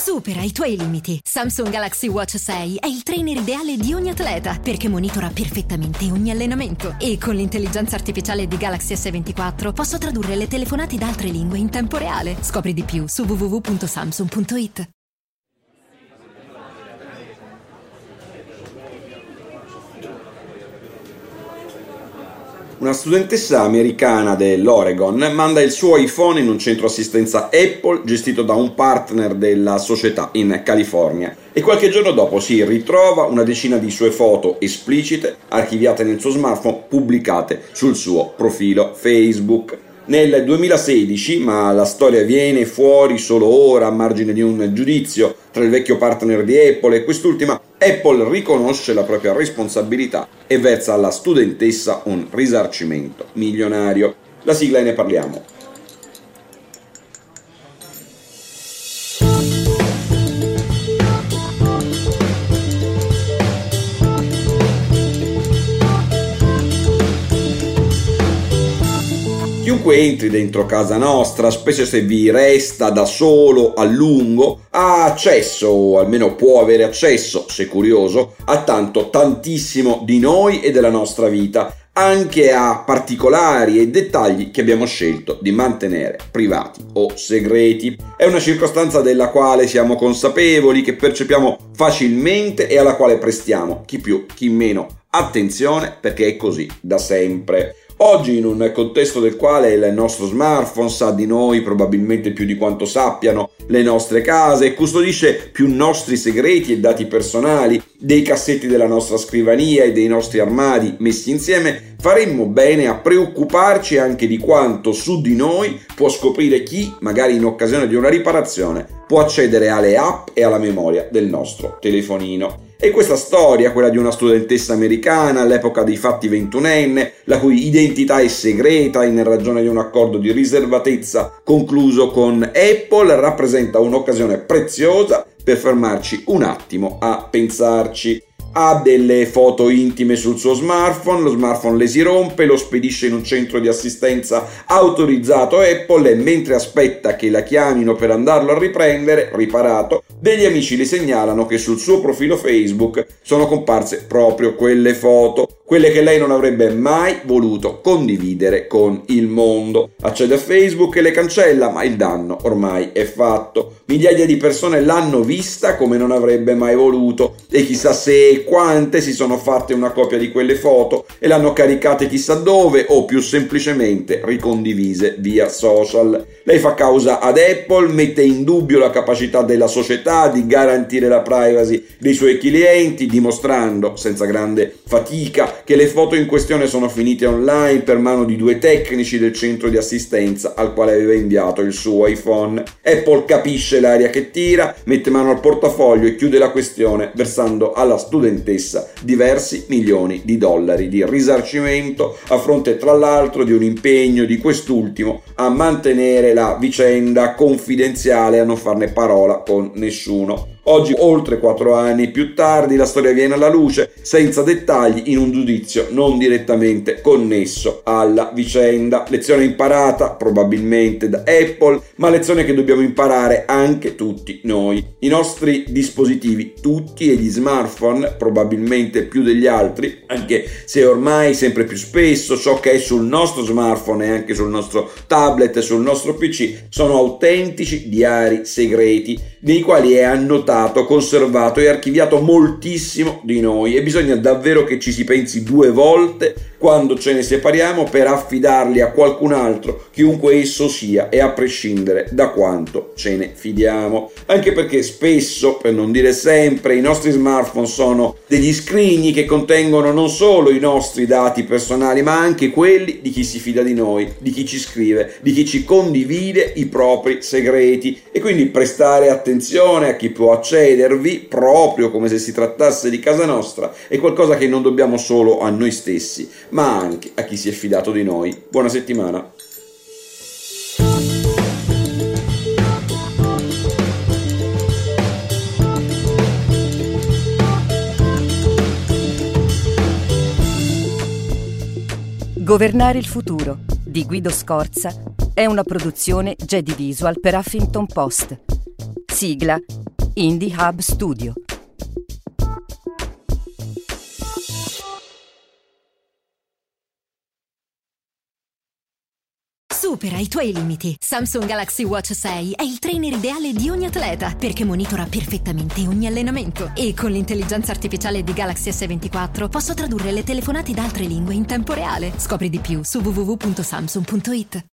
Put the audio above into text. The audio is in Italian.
Supera i tuoi limiti. Samsung Galaxy Watch 6 è il trainer ideale di ogni atleta perché monitora perfettamente ogni allenamento. E con l'intelligenza artificiale di Galaxy S24 posso tradurre le telefonate da altre lingue in tempo reale. Scopri di più su www.samsung.it. Una studentessa americana dell'Oregon manda il suo iPhone in un centro assistenza Apple gestito da un partner della società in California e qualche giorno dopo si ritrova una decina di sue foto esplicite archiviate nel suo smartphone pubblicate sul suo profilo Facebook. Nel 2016, ma la storia viene fuori solo ora a margine di un giudizio tra il vecchio partner di Apple e quest'ultima, Apple riconosce la propria responsabilità e versa alla studentessa un risarcimento milionario. La sigla e ne parliamo. Chiunque entri dentro casa nostra, specie se vi resta da solo a lungo, ha accesso, o almeno può avere accesso, se curioso, a tantissimo di noi e della nostra vita, anche a particolari e dettagli che abbiamo scelto di mantenere privati o segreti. È una circostanza della quale siamo consapevoli, che percepiamo facilmente e alla quale prestiamo, chi più chi meno, attenzione, perché è così da sempre. Oggi, in un contesto del quale il nostro smartphone sa di noi probabilmente più di quanto sappiano le nostre case e custodisce più nostri segreti e dati personali dei cassetti della nostra scrivania e dei nostri armadi messi insieme, faremmo bene a preoccuparci anche di quanto su di noi può scoprire chi, magari in occasione di una riparazione, può accedere alle app e alla memoria del nostro telefonino. E questa storia, quella di una studentessa americana all'epoca dei fatti ventunenne, la cui identità è segreta in ragione di un accordo di riservatezza concluso con Apple, rappresenta un'occasione preziosa per fermarci un attimo a pensarci. Ha delle foto intime sul suo smartphone, lo smartphone le si rompe, lo spedisce in un centro di assistenza autorizzato Apple e mentre aspetta che la chiamino per andarlo a riprendere, riparato, degli amici le segnalano che sul suo profilo Facebook sono comparse proprio quelle foto, quelle che lei non avrebbe mai voluto condividere con il mondo. Accede a Facebook e le cancella, ma il danno ormai è fatto. Migliaia di persone l'hanno vista come non avrebbe mai voluto e chissà se e quante si sono fatte una copia di quelle foto e l'hanno caricate chissà dove o più semplicemente ricondivise via social. Lei fa causa ad Apple, mette in dubbio la capacità della società di garantire la privacy dei suoi clienti, dimostrando senza grande fatica che le foto in questione sono finite online per mano di due tecnici del centro di assistenza al quale aveva inviato il suo iPhone. Apple capisce l'aria che tira, mette mano al portafoglio e chiude la questione versando alla studentessa diversi milioni di dollari di risarcimento a fronte tra l'altro di un impegno di quest'ultimo a mantenere la vicenda confidenziale e a non farne parola con nessuno. Oggi, oltre 4 anni più tardi, la storia viene alla luce senza dettagli in un giudizio non direttamente connesso alla vicenda. Lezione imparata probabilmente da Apple, ma lezione che dobbiamo imparare anche tutti noi. I nostri dispositivi, tutti, e gli smartphone, probabilmente più degli altri, anche se ormai sempre più spesso ciò che è sul nostro smartphone e anche sul nostro tablet e sul nostro PC sono autentici diari segreti nei quali è annotato, conservato e archiviato moltissimo di noi e bisogna davvero che ci si pensi 2 volte quando ce ne separiamo per affidarli a qualcun altro, chiunque esso sia e a prescindere da quanto ce ne fidiamo. Anche perché spesso, per non dire sempre, i nostri smartphone sono degli scrigni che contengono non solo i nostri dati personali ma anche quelli di chi si fida di noi, di chi ci scrive, di chi ci condivide i propri segreti e quindi prestare attenzione a chi può accedervi proprio come se si trattasse di casa nostra è qualcosa che non dobbiamo solo a noi stessi ma anche a chi si è fidato di noi. Buona settimana. Governare il futuro di Guido Scorza è una produzione Jedi Visual per Huffington Post. Sigla Indie Hub Studio. Supera i tuoi limiti. Samsung Galaxy Watch 6 è il trainer ideale di ogni atleta perché monitora perfettamente ogni allenamento. E con l'intelligenza artificiale di Galaxy S24 posso tradurre le telefonate da altre lingue in tempo reale. Scopri di più su www.samsung.it.